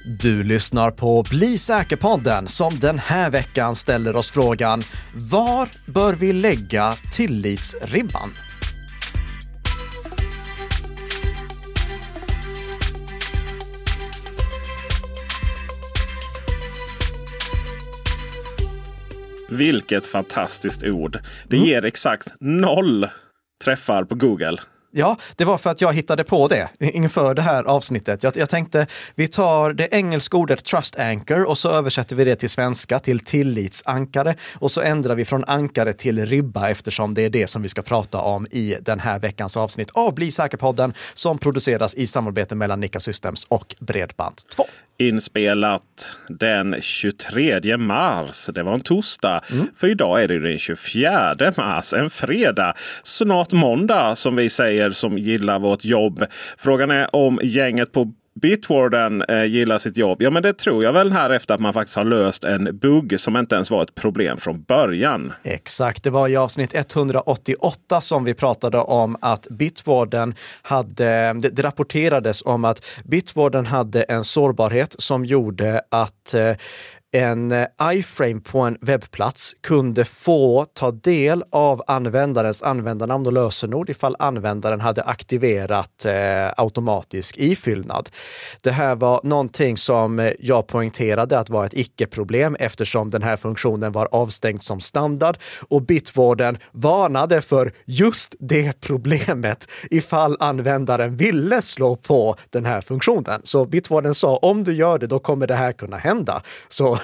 Du lyssnar på Bli säker-podden som den här veckan ställer oss frågan: var bör vi lägga tillitsribban? Vilket fantastiskt ord. Det ger exakt 0 träffar på Google. Ja, det var för att jag hittade på det inför det här avsnittet. Jag tänkte, vi tar det engelska ordet trust anchor och så översätter vi det till svenska till tillitsankare och så ändrar vi från ankare till ribba eftersom det är det som vi ska prata om i den här veckans avsnitt av Bli säker-podden som produceras i samarbete mellan Nikka Systems och Bredband2. Inspelat den 23 mars. Det var en torsdag. För idag är det den 24 mars. En fredag. Snart måndag som vi säger som gillar vårt jobb. Frågan är om gänget på Bitwarden gillar sitt jobb. Ja, men det tror jag väl här efter att man faktiskt har löst en bugg som inte ens var ett problem från början. Exakt, det var i avsnitt 188 som vi pratade om att Bitwarden hade, det rapporterades om att Bitwarden hade en sårbarhet som gjorde att en iframe på en webbplats kunde få ta del av användarens användarnamn och lösenord ifall användaren hade aktiverat automatisk ifyllnad. Det här var någonting som jag poängterade att var ett icke-problem eftersom den här funktionen var avstängd som standard och Bitwarden varnade för just det problemet ifall användaren ville slå på den här funktionen. Så Bitwarden sa om du gör det då kommer det här kunna hända. Så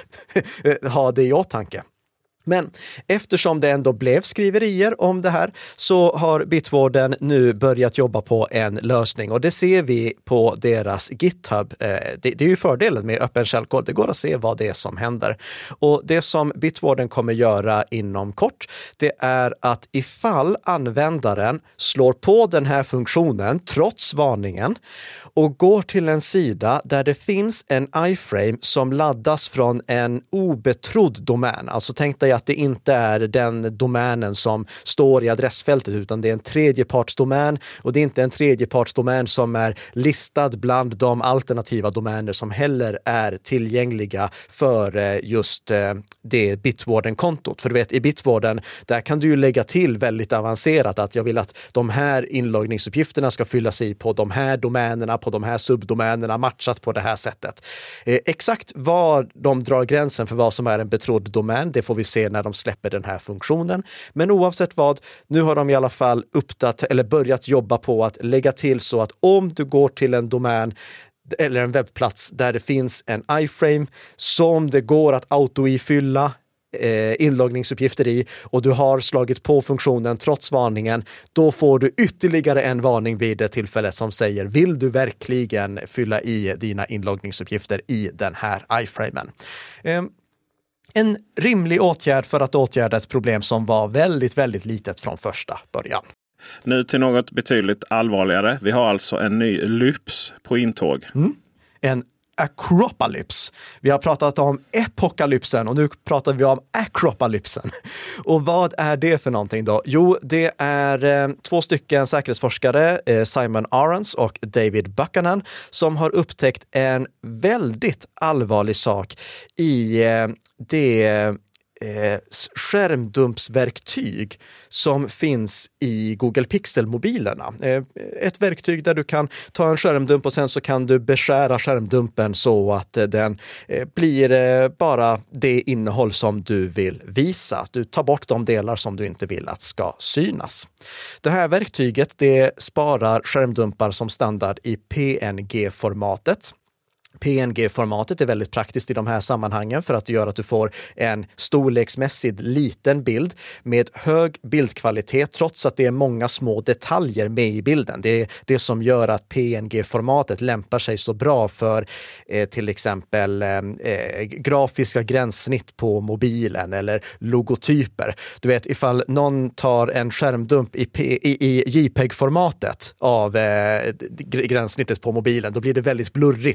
ha det i åtanke. Men eftersom det ändå blev skriverier om det här så har Bitwarden nu börjat jobba på en lösning och det ser vi på deras GitHub. Det är ju fördelen med öppen källkod. Det går att se vad det är som händer. Och det som Bitwarden kommer göra inom kort det är att ifall användaren slår på den här funktionen trots varningen och går till en sida där det finns en iframe som laddas från en obetrodd domän. Alltså tänk dig att det inte är den domänen som står i adressfältet utan det är en tredjepartsdomän och det är inte en tredjepartsdomän som är listad bland de alternativa domäner som heller är tillgängliga för just det Bitwarden-kontot. För du vet, i Bitwarden där kan du ju lägga till väldigt avancerat att jag vill att de här inloggningsuppgifterna ska fyllas i på de här domänerna, på de här subdomänerna matchat på det här sättet. Exakt var de drar gränsen för vad som är en betrodd domän, det får vi se när de släpper den här funktionen. Men oavsett vad, nu har de i alla fall börjat jobba på att lägga till så att om du går till en domän eller en webbplats där det finns en iframe som det går att autoifylla inloggningsuppgifter i och du har slagit på funktionen trots varningen, då får du ytterligare en varning vid det tillfället som säger vill du verkligen fylla i dina inloggningsuppgifter i den här iframen. En rimlig åtgärd för att åtgärda ett problem som var väldigt, väldigt litet från första början. Nu till något betydligt allvarligare. Vi har alltså en ny lyps på intåg. En Acropalypse. Vi har pratat om epokalypsen och nu pratar vi om Acropalypsen. Och vad är det för någonting då? Jo, det är 2 stycken säkerhetsforskare, Simon Arons och David Buchanan, som har upptäckt en väldigt allvarlig sak i det skärmdumpsverktyg som finns i Google Pixel-mobilerna. Ett verktyg där du kan ta en skärmdump och sen så kan du beskära skärmdumpen så att den blir bara det innehåll som du vill visa. Du tar bort de delar som du inte vill att ska synas. Det här verktyget det sparar skärmdumpar som standard i PNG-formatet. PNG-formatet är väldigt praktiskt i de här sammanhangen för att det gör att du får en storleksmässigt liten bild med hög bildkvalitet trots att det är många små detaljer med i bilden. Det är det som gör att PNG-formatet lämpar sig så bra för till exempel grafiska gränssnitt på mobilen eller logotyper. Du vet, ifall någon tar en skärmdump i JPEG-formatet av gränssnittet på mobilen, då blir det väldigt blurrigt. Det blir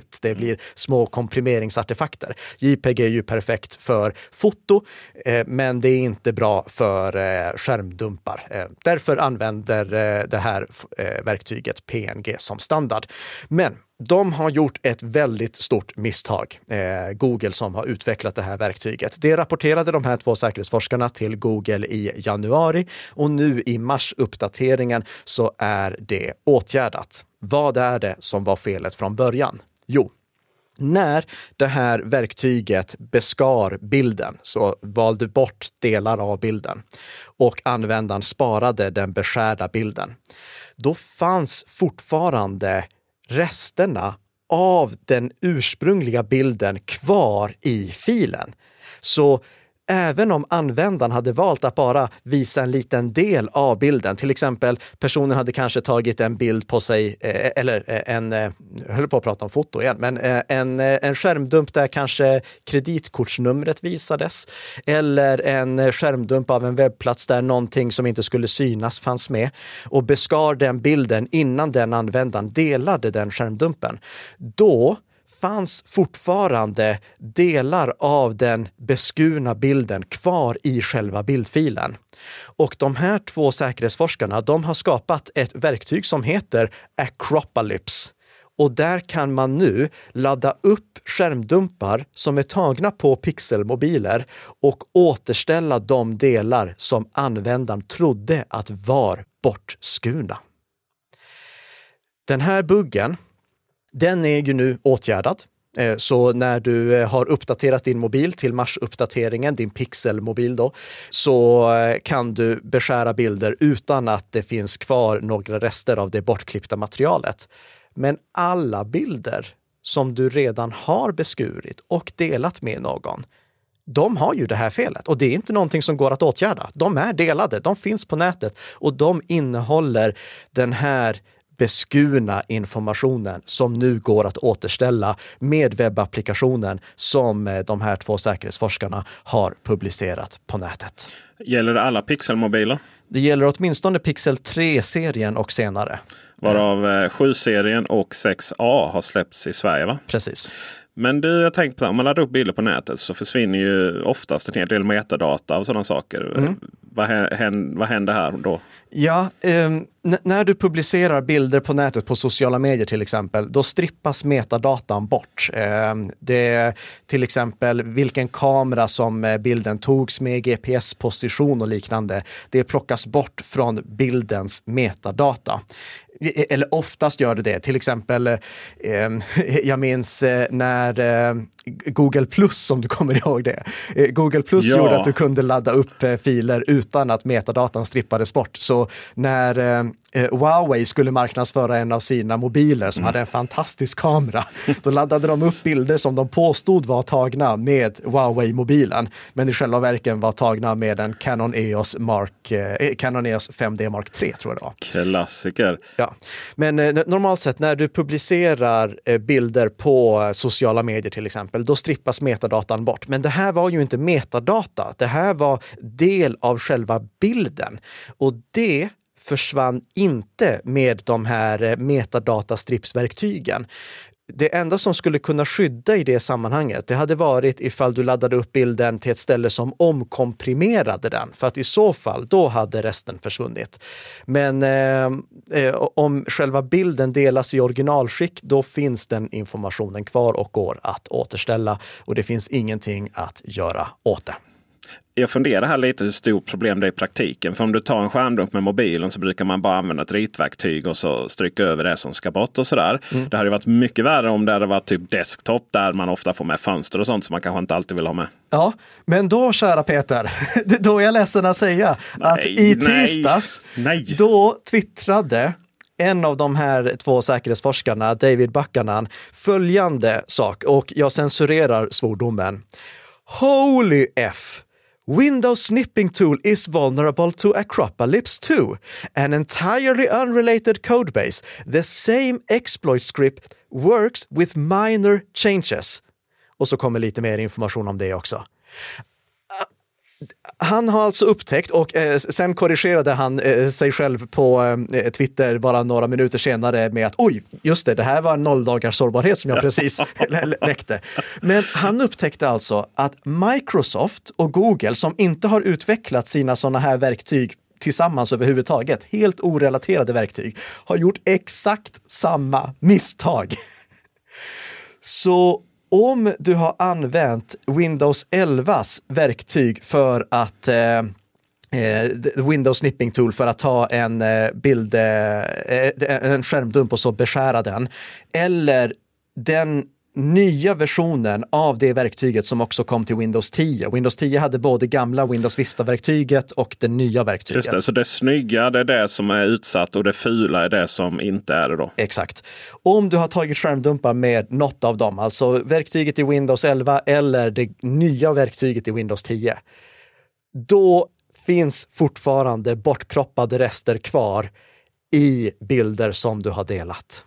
blir små komprimeringsartefakter. JPEG är ju perfekt för foto, men det är inte bra för skärmdumpar. Därför använder det här verktyget PNG som standard. Men de har gjort ett väldigt stort misstag, Google som har utvecklat det här verktyget. Det rapporterade de här 2 säkerhetsforskarna till Google i januari och nu i mars-uppdateringen så är det åtgärdat. Vad är det som var felet från början? Jo, när det här verktyget beskar bilden så valde bort delar av bilden och användaren sparade den beskärda bilden. Då fanns fortfarande resterna av den ursprungliga bilden kvar i filen. Så även om användaren hade valt att bara visa en liten del av bilden, till exempel personen hade kanske tagit en bild på sig, eller jag höll på att prata om foto igen, men en skärmdump där kanske kreditkortsnumret visades, eller en skärmdump av en webbplats där någonting som inte skulle synas fanns med och beskar den bilden innan den användaren delade den skärmdumpen. Då fanns fortfarande delar av den beskurna bilden kvar i själva bildfilen. Och de här 2 säkerhetsforskarna, de har skapat ett verktyg som heter Acropolis. Och där kan man nu ladda upp skärmdumpar som är tagna på pixelmobiler och återställa de delar som användaren trodde att var bortskurna. Den här buggen, den är ju nu åtgärdad. Så när du har uppdaterat din mobil till mars-uppdateringen, din pixelmobil då, så kan du beskära bilder utan att det finns kvar några rester av det bortklippta materialet. Men alla bilder som du redan har beskurit och delat med någon, de har ju det här felet och det är inte någonting som går att åtgärda. De är delade, de finns på nätet och de innehåller den här beskurna informationen som nu går att återställa med webbapplikationen som de här 2 säkerhetsforskarna har publicerat på nätet. Gäller det alla pixelmobiler? Det gäller åtminstone Pixel 3-serien och senare. Varav 7-serien och 6A har släppts i Sverige, va? Precis. Men du, jag tänkte på om man laddar upp bilder på nätet så försvinner ju oftast en hel del metadata och sådana saker. Vad händer här då? Ja, när du publicerar bilder på nätet på sociala medier till exempel, då strippas metadatan bort. Det är till exempel vilken kamera som bilden togs med, GPS-position och liknande. Det plockas bort från bildens metadata. Eller oftast gör det. Till exempel, jag minns när Google Plus, som du kommer ihåg det. Google Plus gjorde att du kunde ladda upp filer utan att metadatan strippades bort. Så när Huawei skulle marknadsföra en av sina mobiler som hade en fantastisk kamera, då laddade de upp bilder som de påstod var tagna med Huawei-mobilen, men i själva verken var tagna med en Canon EOS 5D Mark III, tror jag det var. Klassiker. Ja. Men normalt sett när du publicerar bilder på sociala medier till exempel, då strippas metadatan bort. Men det här var ju inte metadata. Det här var del av själva bilden. Och det försvann inte med de här metadatastripsverktygen. Det enda som skulle kunna skydda i det sammanhanget, det hade varit ifall du laddade upp bilden till ett ställe som omkomprimerade den. För att i så fall, då hade resten försvunnit. Men om själva bilden delas i originalskick, då finns den informationen kvar och går att återställa. Och det finns ingenting att göra åt det. Jag funderar här lite hur stort problem det är i praktiken. För om du tar en skärmdump med mobilen så brukar man bara använda ett ritverktyg och så stryka över det som ska bort och sådär. Det hade varit mycket värre om det hade varit typ desktop där man ofta får med fönster och sånt som man kanske inte alltid vill ha med. Ja, men då, kära Peter, då är jag ledsen att säga att i tisdags, då twittrade en av de här 2 säkerhetsforskarna, David Buchanan, följande sak, och jag censurerar svordomen. Holy F! Windows snipping tool is vulnerable to Acropolis 2, an entirely unrelated codebase. The same exploit script works with minor changes. Och så kommer lite mer information om det också. Han har alltså upptäckt, och sen korrigerade han sig själv på Twitter bara några minuter senare med att oj, just det här var en 0-dagars sårbarhet som jag precis läckte. Men han upptäckte alltså att Microsoft och Google, som inte har utvecklat sina sådana här verktyg tillsammans överhuvudtaget, helt orelaterade verktyg, har gjort exakt samma misstag. Så om du har använt Windows 11s verktyg för att Windows Snipping Tool för att ta en en skärmdump och så beskära den, eller den nya versionen av det verktyget som också kom till Windows 10. Windows 10 hade både gamla Windows Vista-verktyget och det nya verktyget. Just det, så det snygga det är det som är utsatt och det fula är det som inte är det då. Exakt. Om du har tagit skärmdumpar med något av dem, alltså verktyget i Windows 11 eller det nya verktyget i Windows 10, då finns fortfarande bortkroppade rester kvar i bilder som du har delat.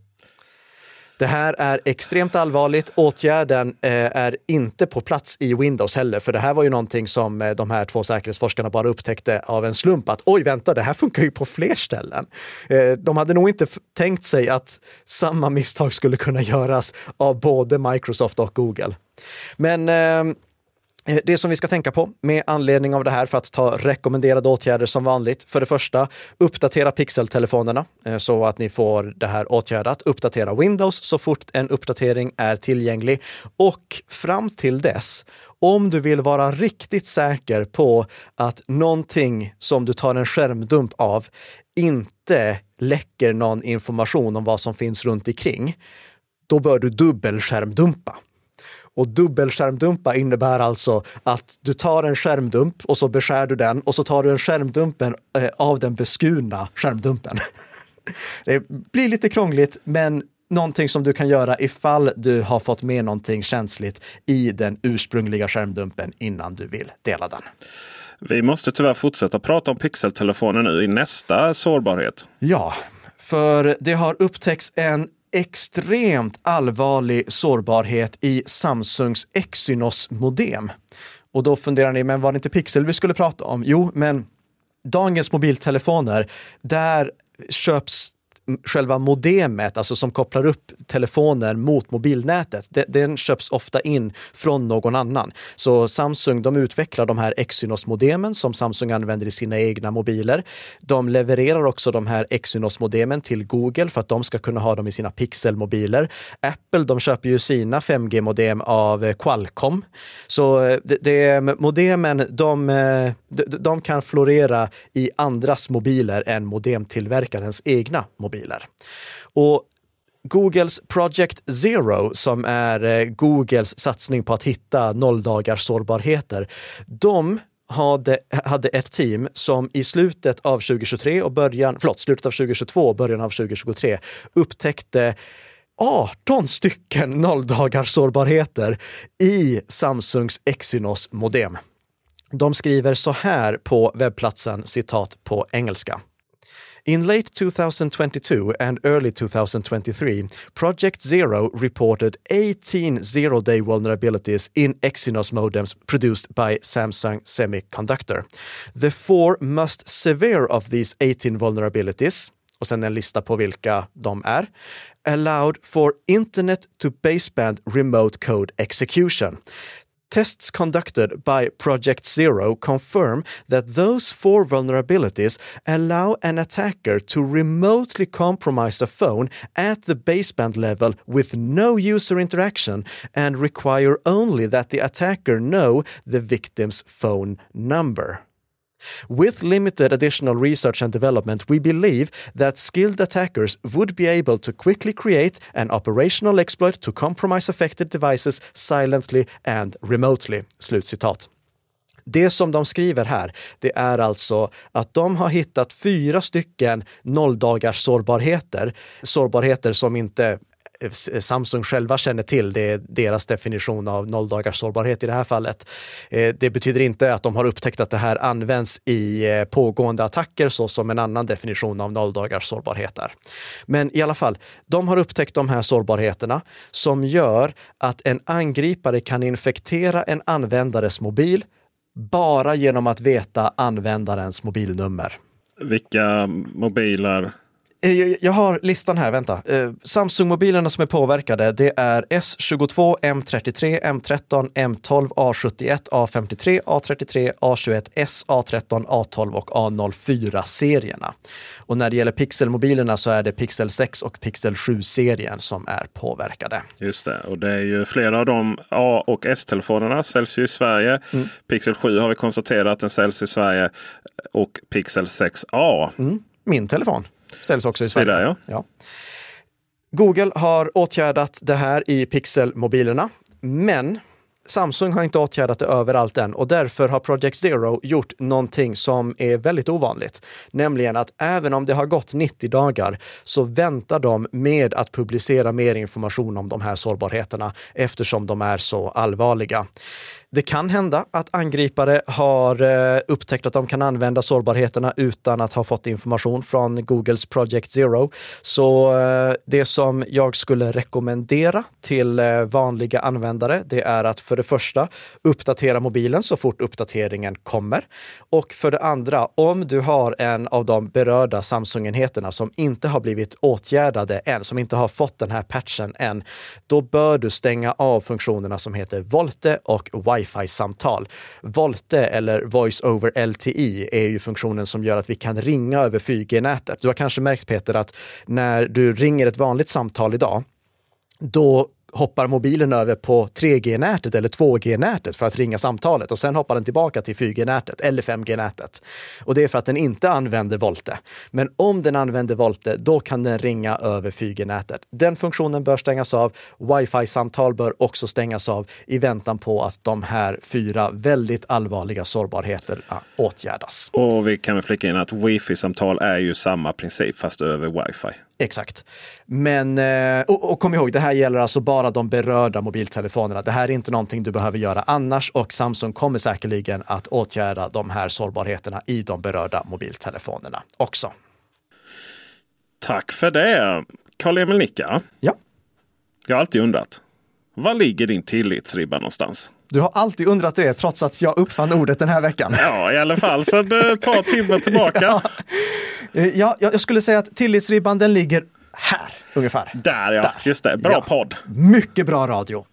Det här är extremt allvarligt. Åtgärden är inte på plats i Windows heller, för det här var ju någonting som de här 2 säkerhetsforskarna bara upptäckte av en slump, att oj, vänta, det här funkar ju på fler ställen. De hade nog inte tänkt sig att samma misstag skulle kunna göras av både Microsoft och Google. Men det som vi ska tänka på med anledning av det här, för att ta rekommenderade åtgärder som vanligt. För det första, uppdatera pixeltelefonerna så att ni får det här åtgärdat. Uppdatera Windows så fort en uppdatering är tillgänglig. Och fram till dess, om du vill vara riktigt säker på att någonting som du tar en skärmdump av inte läcker någon information om vad som finns runt omkring, då bör du dubbelskärmdumpa. Och dubbelskärmdumpa innebär alltså att du tar en skärmdump och så beskär du den och så tar du en skärmdumpen av den beskurna skärmdumpen. Det blir lite krångligt, men någonting som du kan göra ifall du har fått med någonting känsligt i den ursprungliga skärmdumpen innan du vill dela den. Vi måste tyvärr fortsätta prata om pixeltelefoner nu i nästa sårbarhet. Ja, för det har upptäckts en extremt allvarlig sårbarhet i Samsungs Exynos-modem. Och då funderar ni, men var det inte Pixel vi skulle prata om? Jo, men dagens mobiltelefoner, där köps själva modemet, alltså som kopplar upp telefoner mot mobilnätet, den köps ofta in från någon annan. Så Samsung, de utvecklar de här Exynos-modemen som Samsung använder i sina egna mobiler. De levererar också de här Exynos-modemen till Google för att de ska kunna ha dem i sina Pixel-mobiler. Apple, de köper ju sina 5G-modem av Qualcomm. Så modemen, de kan florera i andras mobiler än modemtillverkarens egna mobiler. Och Googles Project Zero, som är Googles satsning på att hitta 0-dagars sårbarheter, de hade ett team som i slutet av 2023 och slutet av 2022 och början av 2023 upptäckte 18 stycken 0-dagars sårbarheter i Samsungs Exynos modem. De skriver så här på webbplatsen, citat på engelska. In late 2022 and early 2023, Project Zero reported 18 zero-day vulnerabilities in Exynos modems produced by Samsung Semiconductor. The 4 most severe of these 18 vulnerabilities, och sen en lista på vilka de är, allowed for internet to baseband remote code execution. Tests conducted by Project Zero confirm that those 4 vulnerabilities allow an attacker to remotely compromise a phone at the baseband level with no user interaction and require only that the attacker know the victim's phone number. With limited additional research and development, we believe that skilled attackers would be able to quickly create an operational exploit to compromise affected devices silently and remotely. Slutcitat. Det som de skriver här, det är alltså att de har hittat 4 stycken 0-dagars sårbarheter som inte Samsung själva känner till. Det är deras definition av 0-dagars sårbarhet i det här fallet. Det betyder inte att de har upptäckt att det här används i pågående attacker så som en annan definition av 0-dagars sårbarhet är. Men i alla fall, de har upptäckt de här sårbarheterna som gör att en angripare kan infektera en användares mobil bara genom att veta användarens mobilnummer. Vilka mobiler? Jag har listan här, vänta. Samsung-mobilerna som är påverkade, det är S22, M33, M13, M12, A71, A53, A33, A21, S, A13, A12 och A04-serierna. Och när det gäller Pixel-mobilerna så är det Pixel 6 och Pixel 7-serien som är påverkade. Just det, och det är ju flera av de A- och S-telefonerna säljs ju i Sverige. Pixel 7 har vi konstaterat att den säljs i Sverige och Pixel 6A. Min telefon säljs också i Sverige. Där, ja. Google har åtgärdat det här i Pixel-mobilerna, men Samsung har inte åtgärdat det överallt än och därför har Project Zero gjort någonting som är väldigt ovanligt. Nämligen att även om det har gått 90 dagar så väntar de med att publicera mer information om de här sårbarheterna eftersom de är så allvarliga. Det kan hända att angripare har upptäckt att de kan använda sårbarheterna utan att ha fått information från Googles Project Zero. Så det som jag skulle rekommendera till vanliga användare, det är att för det första uppdatera mobilen så fort uppdateringen kommer. Och för det andra, om du har en av de berörda Samsung-enheterna som inte har blivit åtgärdade än, som inte har fått den här patchen än, då bör du stänga av funktionerna som heter Volte och Wi-Fi-samtal. Volte eller Voice over LTE är ju funktionen som gör att vi kan ringa över 4G-nätet. Du har kanske märkt, Peter, att när du ringer ett vanligt samtal idag, då hoppar mobilen över på 3G-nätet eller 2G-nätet för att ringa samtalet och sen hoppar den tillbaka till 4G-nätet eller 5G-nätet. Och det är för att den inte använder Volte. Men om den använder Volte, då kan den ringa över 4G-nätet. Den funktionen bör stängas av. Wi-Fi-samtal bör också stängas av i väntan på att de här 4 väldigt allvarliga sårbarheterna åtgärdas. Och vi kan flika in att Wi-Fi-samtal är ju samma princip fast över Wi-Fi. Exakt. Men, och kom ihåg, det här gäller alltså bara de berörda mobiltelefonerna. Det här är inte någonting du behöver göra annars och Samsung kommer säkerligen att åtgärda de här sårbarheterna i de berörda mobiltelefonerna också. Tack för det, Carl-Emil Nicka. Ja. Jag har alltid undrat, var ligger din tillitsribba någonstans? Du har alltid undrat det trots att jag uppfann ordet den här veckan. Ja, i alla fall så ett par timmar tillbaka. Ja, jag skulle säga att tillitsribban den ligger här ungefär. Där ja, just det. Bra podd. Mycket bra radio.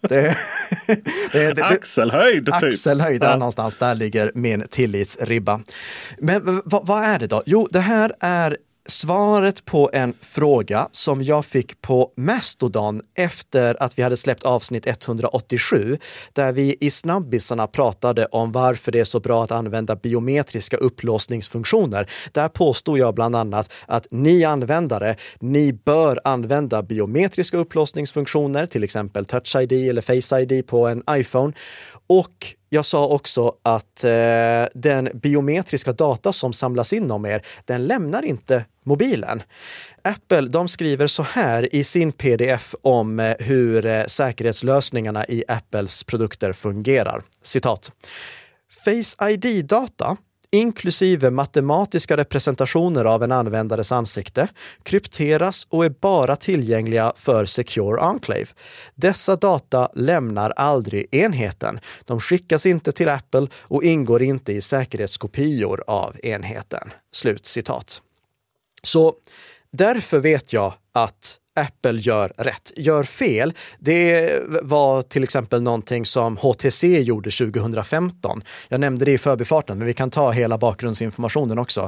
Axelhöjd typ. Axelhöjd, där någonstans. Där ligger min tillitsribba. Men vad är det då? Jo, det här är svaret på en fråga som jag fick på Mastodon efter att vi hade släppt avsnitt 187 där vi i snabbisarna pratade om varför det är så bra att använda biometriska upplåsningsfunktioner. Där påstod jag bland annat att ni användare, ni bör använda biometriska upplåsningsfunktioner, till exempel Touch ID eller Face ID på en iPhone. Och jag sa också att den biometriska data som samlas in om er, den lämnar inte mobilen. Apple, de skriver så här i sin pdf om hur säkerhetslösningarna i Apples produkter fungerar. Citat. Face ID-data inklusive matematiska representationer av en användares ansikte, krypteras och är bara tillgängliga för Secure Enclave. Dessa data lämnar aldrig enheten. De skickas inte till Apple och ingår inte i säkerhetskopior av enheten. Slut citat. Så därför vet jag att Apple gör rätt. Gör fel, det var till exempel någonting som HTC gjorde 2015. Jag nämnde det i förbifarten, men vi kan ta hela bakgrundsinformationen också.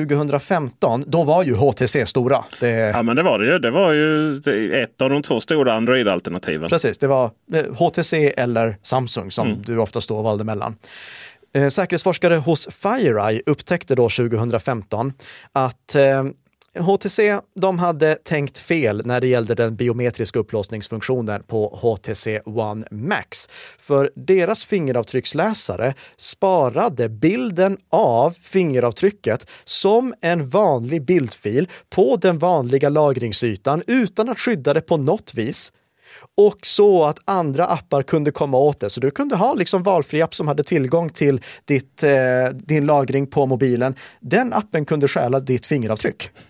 2015, då var ju HTC stora. Ja, men det var det ju. Det var ju ett av de 2 stora Android-alternativen. Precis, det var HTC eller Samsung som du ofta står och valde mellan. Säkerhetsforskare hos FireEye upptäckte då 2015 att HTC, de hade tänkt fel när det gällde den biometriska upplåsningsfunktionen på HTC One Max. För deras fingeravtrycksläsare sparade bilden av fingeravtrycket som en vanlig bildfil på den vanliga lagringsytan utan att skydda det på något vis. Och så att andra appar kunde komma åt det. Så du kunde ha liksom valfri app som hade tillgång till din lagring på mobilen. Den appen kunde stjäla ditt fingeravtryck.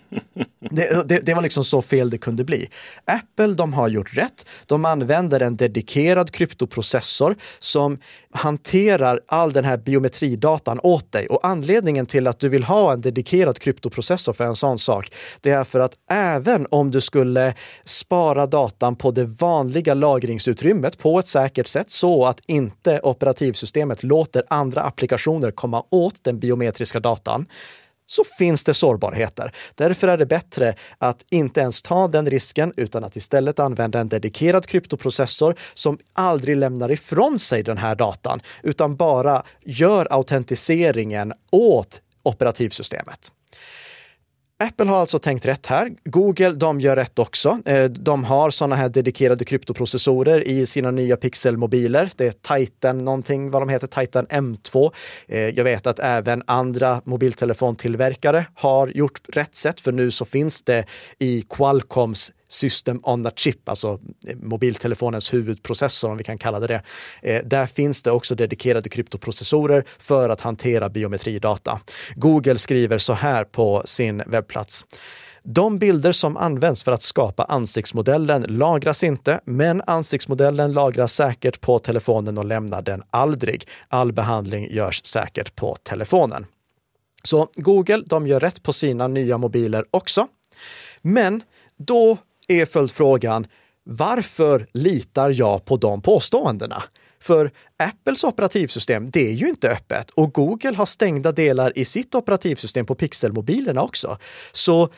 Det var liksom så fel det kunde bli. Apple, de har gjort rätt. De använder en dedikerad kryptoprocessor som hanterar all den här biometridatan åt dig. Och anledningen till att du vill ha en dedikerad kryptoprocessor för en sån sak, det är för att även om du skulle spara datan på det vanliga lagringsutrymmet på ett säkert sätt så att inte operativsystemet låter andra applikationer komma åt den biometriska datan, så finns det sårbarheter. Därför är det bättre att inte ens ta den risken utan att istället använda en dedikerad kryptoprocessor som aldrig lämnar ifrån sig den här datan utan bara gör autentiseringen åt operativsystemet. Apple har alltså tänkt rätt här. Google, de gör rätt också. De har sådana här dedikerade kryptoprocessorer i sina nya Pixel-mobiler. Det är Titan någonting, vad de heter, Titan M2. Jag vet att även andra mobiltelefontillverkare har gjort rätt sätt, för nu så finns det i Qualcomms System on a chip, alltså mobiltelefonens huvudprocessor om vi kan kalla det. Där finns det också dedikerade kryptoprocessorer för att hantera biometridata. Google skriver så här på sin webbplats. De bilder som används för att skapa ansiktsmodellen lagras inte, men ansiktsmodellen lagras säkert på telefonen och lämnar den aldrig. All behandling görs säkert på telefonen. Så Google, de gör rätt på sina nya mobiler också. Men då är följdfrågan, varför litar jag på de påståendena? För Apples operativsystem, det är ju inte öppet och Google har stängda delar i sitt operativsystem på Pixel-mobilerna också. Så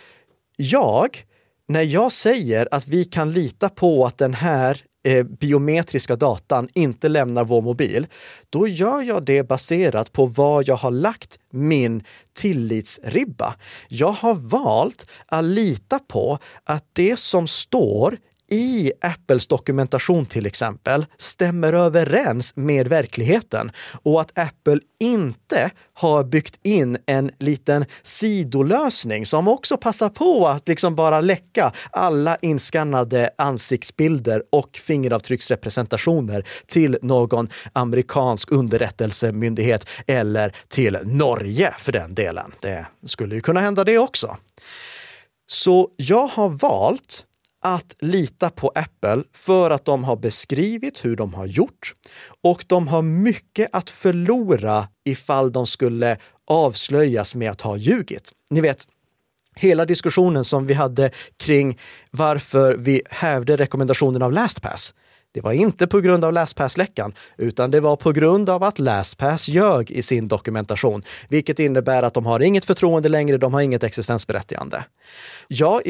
när jag säger att vi kan lita på att den här biometriska datan inte lämnar vår mobil, då gör jag det baserat på vad jag har lagt min tillitsribba. Jag har valt att lita på att det som står i Apples dokumentation till exempel stämmer överens med verkligheten och att Apple inte har byggt in en liten sidolösning som också passar på att liksom bara läcka alla inskannade ansiktsbilder och fingeravtrycksrepresentationer till någon amerikansk underrättelsemyndighet eller till Norge för den delen. Det skulle ju kunna hända det också. Så jag har valt att lita på Apple för att de har beskrivit hur de har gjort och de har mycket att förlora ifall de skulle avslöjas med att ha ljugit. Ni vet, hela diskussionen som vi hade kring varför vi hävde rekommendationen av LastPass. Det var inte på grund av LastPass-läckan, utan det var på grund av att LastPass ljög i sin dokumentation, vilket innebär att de har inget förtroende längre, de har inget existensberättigande. Jag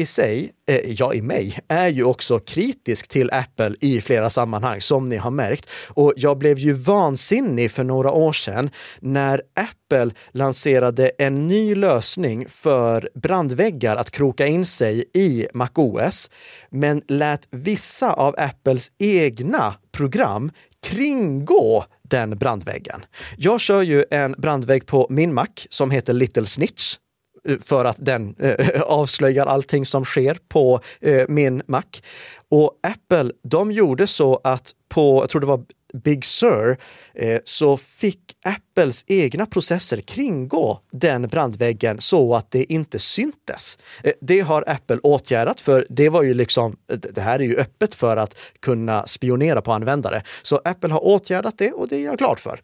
i mig är ju också kritisk till Apple i flera sammanhang, som ni har märkt. Och jag blev ju vansinnig för några år sedan när Apple lanserade en ny lösning för brandväggar att kroka in sig i macOS, men lät vissa av Apples egna program kringgå den brandväggen. Jag kör ju en brandvägg på min Mac som heter Little Snitch för att den avslöjar allting som sker på min Mac. Och Apple, de gjorde så att jag tror det var Big Sur, så fick Apples egna processer kringgå den brandväggen så att det inte syntes. Det har Apple åtgärdat, för det var ju liksom, det här är ju öppet för att kunna spionera på användare. Så Apple har åtgärdat det och det är jag glad för.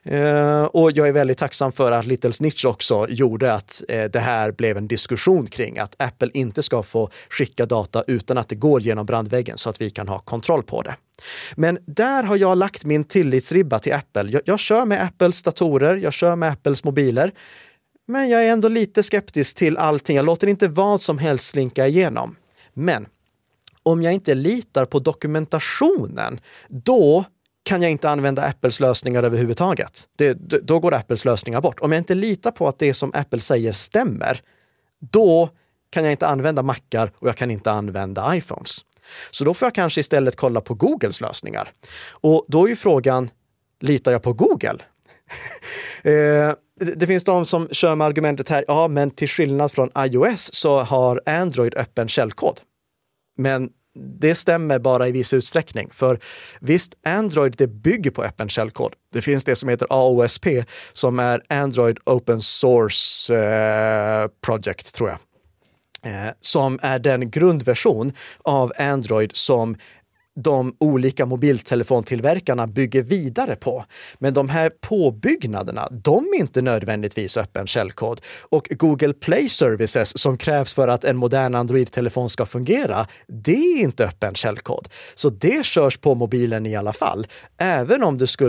Och jag är väldigt tacksam för att Little Snitch också gjorde att det här blev en diskussion kring att Apple inte ska få skicka data utan att det går genom brandväggen så att vi kan ha kontroll på det. Men där har jag lagt min tillitsribba till Apple. Jag kör med Apples datorer, jag kör med Apples mobiler. Men jag är ändå lite skeptisk till allting. Jag låter inte vad som helst slinka igenom. Men om jag inte litar på dokumentationen, då kan jag inte använda Apples lösningar överhuvudtaget. Då går Apples lösningar bort. Om jag inte litar på att det som Apple säger stämmer, då kan jag inte använda Macar och jag kan inte använda iPhones. Så då får jag kanske istället kolla på Googles lösningar. Och då är ju frågan, litar jag på Google? Det finns de som kör med argumentet här, ja men till skillnad från iOS så har Android öppen källkod. Men det stämmer bara i viss utsträckning. För visst, Android det bygger på öppen källkod. Det finns det som heter AOSP som är Android Open Source Project tror jag. som är den grundversion av Android som de olika mobiltelefontillverkarna bygger vidare på. Men de här påbyggnaderna, de är inte nödvändigtvis öppen källkod. Och Google Play Services som krävs för att en modern Android-telefon ska fungera, det är inte öppen källkod. Så det körs på mobilen i alla fall. Även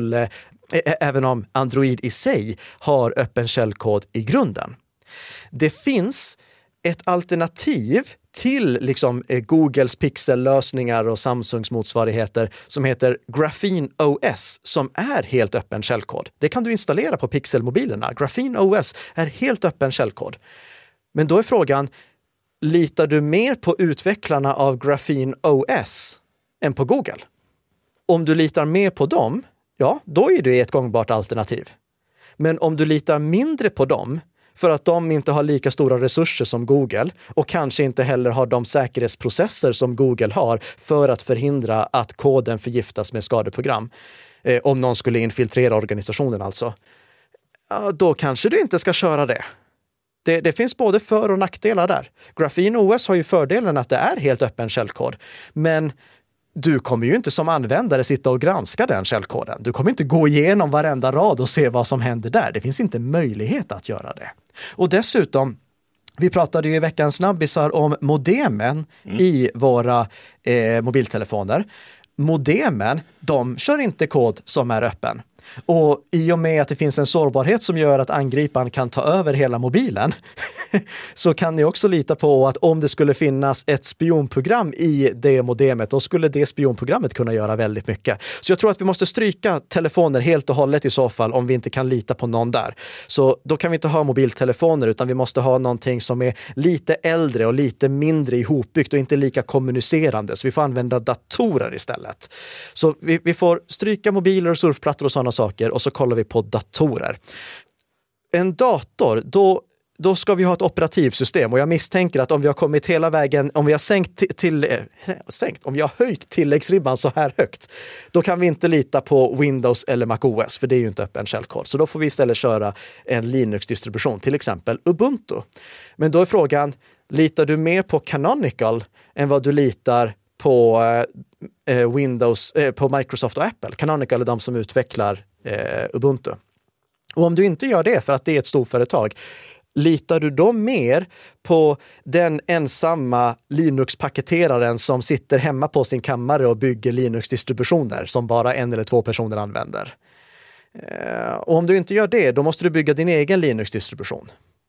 om Android i sig har öppen källkod i grunden. Det finns ett alternativ till liksom Googles pixellösningar och Samsungs motsvarigheter som heter Graphene OS som är helt öppen källkod. Det kan du installera på pixelmobilerna. Graphene OS är helt öppen källkod. Men då är frågan, litar du mer på utvecklarna av Graphene OS än på Google? Om du litar mer på dem, ja, då är det ett gångbart alternativ. Men om du litar mindre på dem för att de inte har lika stora resurser som Google och kanske inte heller har de säkerhetsprocesser som Google har för att förhindra att koden förgiftas med skadeprogram. Om någon skulle infiltrera organisationen alltså. Ja, då kanske du inte ska köra det. Det finns både för- och nackdelar där. Graphene OS har ju fördelen att det är helt öppen källkod. Men du kommer ju inte som användare sitta och granska den källkoden. Du kommer inte gå igenom varenda rad och se vad som händer där. Det finns inte möjlighet att göra det. Och dessutom, vi pratade ju i veckans snabbisar om modemen i våra mobiltelefoner. Modemen, de kör inte kod som är öppen. Och i och med att det finns en sårbarhet som gör att angriparen kan ta över hela mobilen så kan ni också lita på att om det skulle finnas ett spionprogram i det modemet, då skulle det spionprogrammet kunna göra väldigt mycket. Så jag tror att vi måste stryka telefoner helt och hållet i så fall om vi inte kan lita på någon där. Så då kan vi inte ha mobiltelefoner utan vi måste ha någonting som är lite äldre och lite mindre ihopbyggt och inte lika kommunicerande. Så vi får använda datorer istället. Så vi får stryka mobiler, surfplattor och sådana saker och så kollar vi på datorer. En dator, då ska vi ha ett operativsystem och jag misstänker att om vi har kommit hela vägen, om vi har höjt tilläggsribban så här högt, då kan vi inte lita på Windows eller Mac OS för det är ju inte öppen källkod. Så då får vi istället köra en Linux-distribution, till exempel Ubuntu. Men då är frågan, litar du mer på Canonical än vad du litar på Windows, på Microsoft och Apple? Canonical är de som utvecklar Ubuntu. Och om du inte gör det för att det är ett storföretag, litar du då mer på den ensamma Linux-paketeraren som sitter hemma på sin kammare och bygger Linux-distributioner som bara en eller två personer använder? Och om du inte gör det, då måste du bygga din egen Linux-distribution.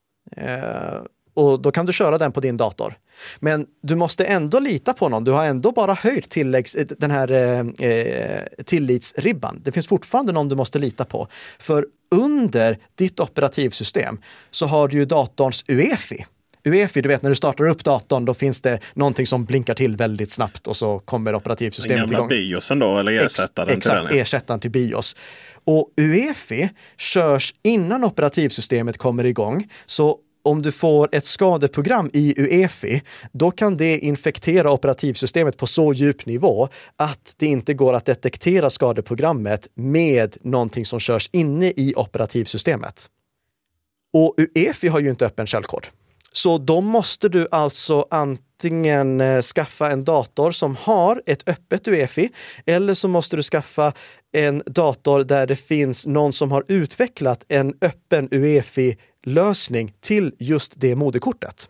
Och då kan du köra den på din dator. Men du måste ändå lita på någon. Du har ändå bara höjt den här tillitsribban. Det finns fortfarande någon du måste lita på. För under ditt operativsystem så har du ju datorns UEFI. UEFI, du vet när du startar upp datorn, då finns det någonting som blinkar till väldigt snabbt och så kommer operativsystemet igång. BIOSen då, eller ersättaren till den? Exakt, ersättaren till BIOS. Och UEFI körs innan operativsystemet kommer igång. Så om du får ett skadeprogram i UEFI, då kan det infektera operativsystemet på så djup nivå att det inte går att detektera skadeprogrammet med någonting som körs inne i operativsystemet. Och UEFI har ju inte öppen källkod. Så då måste du alltså antingen skaffa en dator som har ett öppet UEFI eller så måste du skaffa en dator där det finns någon som har utvecklat en öppen UEFI-lösning till just det moderkortet.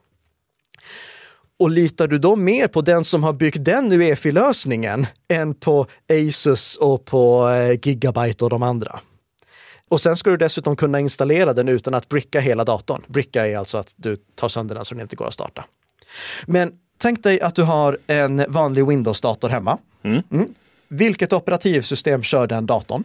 Och litar du då mer på den som har byggt den UEFI-lösningen än på Asus och på Gigabyte och de andra? Och sen ska du dessutom kunna installera den utan att bricka hela datorn. Bricka är alltså att du tar sönder den så den inte går att starta. Men tänk dig att du har en vanlig Windows-dator hemma. Vilket operativsystem kör den datorn?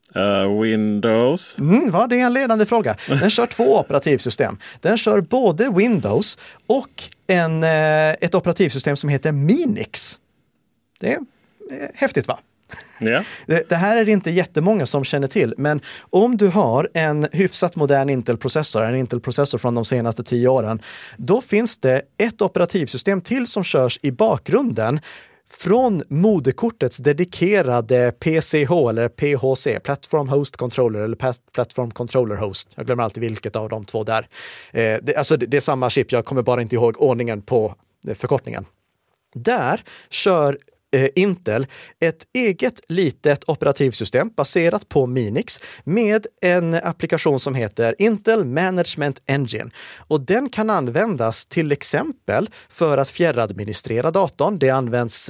Windows. Det är en ledande fråga. Den kör 2 operativsystem. Den kör både Windows och ett operativsystem som heter Minix. Det är häftigt, va? Yeah. Det här är det inte jättemånga som känner till, men om du har en hyfsat modern Intel-processor, en Intel-processor från de senaste 10 åren, då finns det ett operativsystem till som körs i bakgrunden från moderkortets dedikerade PCH eller PHC, Platform Host Controller eller Platform Controller Host. Jag glömmer alltid vilket av de två där. Det är samma chip, jag kommer bara inte ihåg ordningen på förkortningen. Där kör Intel ett eget litet operativsystem baserat på Minix med en applikation som heter Intel Management Engine. Och den kan användas till exempel för att fjärradministrera datorn. Det används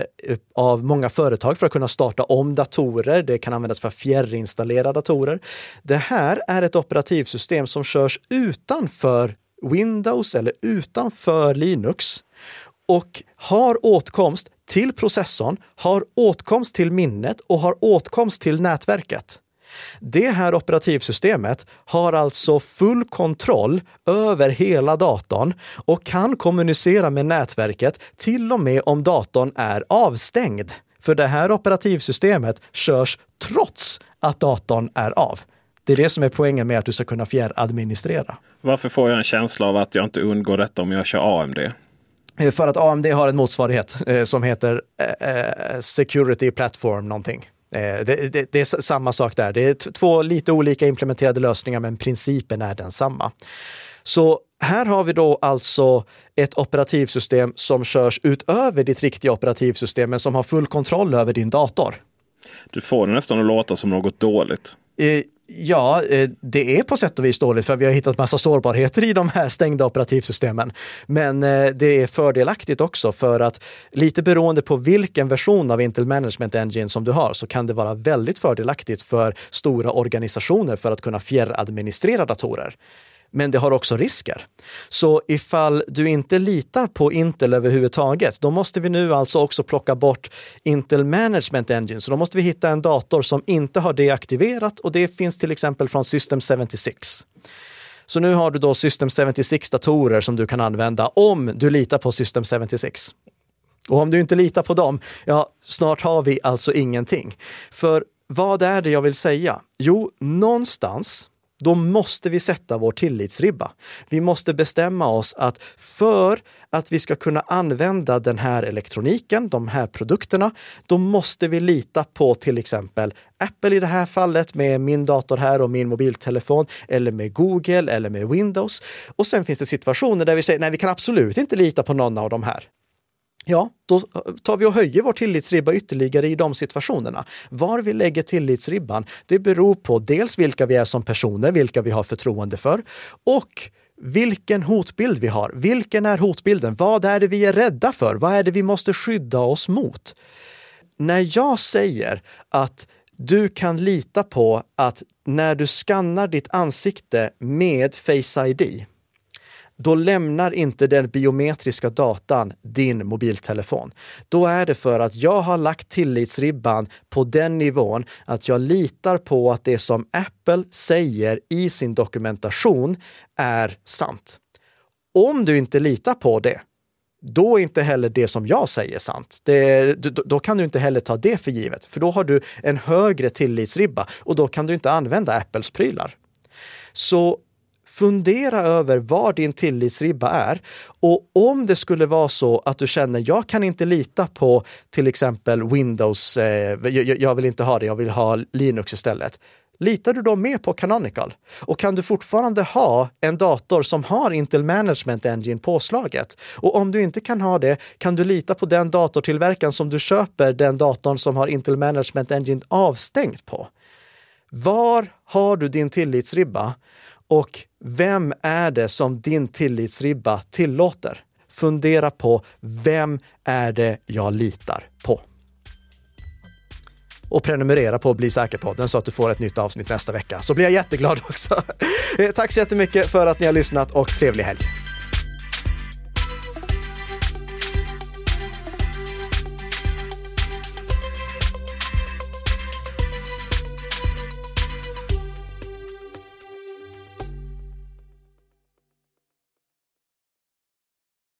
av många företag för att kunna starta om datorer. Det kan användas för att fjärrinstallera datorer. Det här är ett operativsystem som körs utanför Windows eller utanför Linux och har åtkomst till processorn, har åtkomst till minnet och har åtkomst till nätverket. Det här operativsystemet har alltså full kontroll över hela datorn och kan kommunicera med nätverket till och med om datorn är avstängd. För det här operativsystemet körs trots att datorn är av. Det är det som är poängen med att du ska kunna fjärradministrera. Varför får jag en känsla av att jag inte undgår detta om jag kör AMD? För att AMD har en motsvarighet som heter Security Platform någonting. Det är samma sak där. Det är två lite olika implementerade lösningar men principen är densamma. Så här har vi då alltså ett operativsystem som körs utöver ditt riktiga operativsystem men som har full kontroll över din dator. Du får det nästan att låta som något dåligt. Ja, det är på sätt och vis dåligt för vi har hittat massa sårbarheter i de här stängda operativsystemen. Men det är fördelaktigt också för att lite beroende på vilken version av Intel Management Engine som du har så kan det vara väldigt fördelaktigt för stora organisationer för att kunna fjärradministrera datorer. Men det har också risker. Så ifall du inte litar på Intel överhuvudtaget, då måste vi nu alltså också plocka bort Intel Management Engine. Så då måste vi hitta en dator som inte har det aktiverat och det finns till exempel från System 76. Så nu har du då System 76-datorer som du kan använda om du litar på System 76. Och om du inte litar på dem, ja, snart har vi alltså ingenting. För vad är det jag vill säga? Jo, någonstans då måste vi sätta vår tillitsribba. Vi måste bestämma oss att för att vi ska kunna använda den här elektroniken, de här produkterna, då måste vi lita på till exempel Apple i det här fallet med min dator här och min mobiltelefon eller med Google eller med Windows. Och sen finns det situationer där vi säger nej, vi kan absolut inte lita på någon av de här. Ja, då tar vi och höjer vår tillitsribba ytterligare i de situationerna. Var vi lägger tillitsribban, det beror på dels vilka vi är som personer, vilka vi har förtroende för och vilken hotbild vi har. Vilken är hotbilden? Vad är det vi är rädda för? Vad är det vi måste skydda oss mot? När jag säger att du kan lita på att när du skannar ditt ansikte med Face ID, då lämnar inte den biometriska datan din mobiltelefon. Då är det för att jag har lagt tillitsribban på den nivån att jag litar på att det som Apple säger i sin dokumentation är sant. Om du inte litar på det, då är inte heller det som jag säger sant. Då kan du inte heller ta det för givet. För då har du en högre tillitsribba och då kan du inte använda Apples prylar. Så fundera över vad din tillitsribba är och om det skulle vara så att du känner jag kan inte lita på till exempel Windows, jag vill inte ha det, jag vill ha Linux istället. Litar du då mer på Canonical? Och kan du fortfarande ha en dator som har Intel Management Engine påslaget? Och om du inte kan ha det, kan du lita på den datortillverkaren som du köper den datorn som har Intel Management Engine avstängt på? Var har du din tillitsribba? Och vem är det som din tillitsribba tillåter? Fundera på vem är det jag litar på? Och prenumerera på Bli säker på den så att du får ett nytt avsnitt nästa vecka. Så blir jag jätteglad också. Tack så jättemycket för att ni har lyssnat och trevlig helg.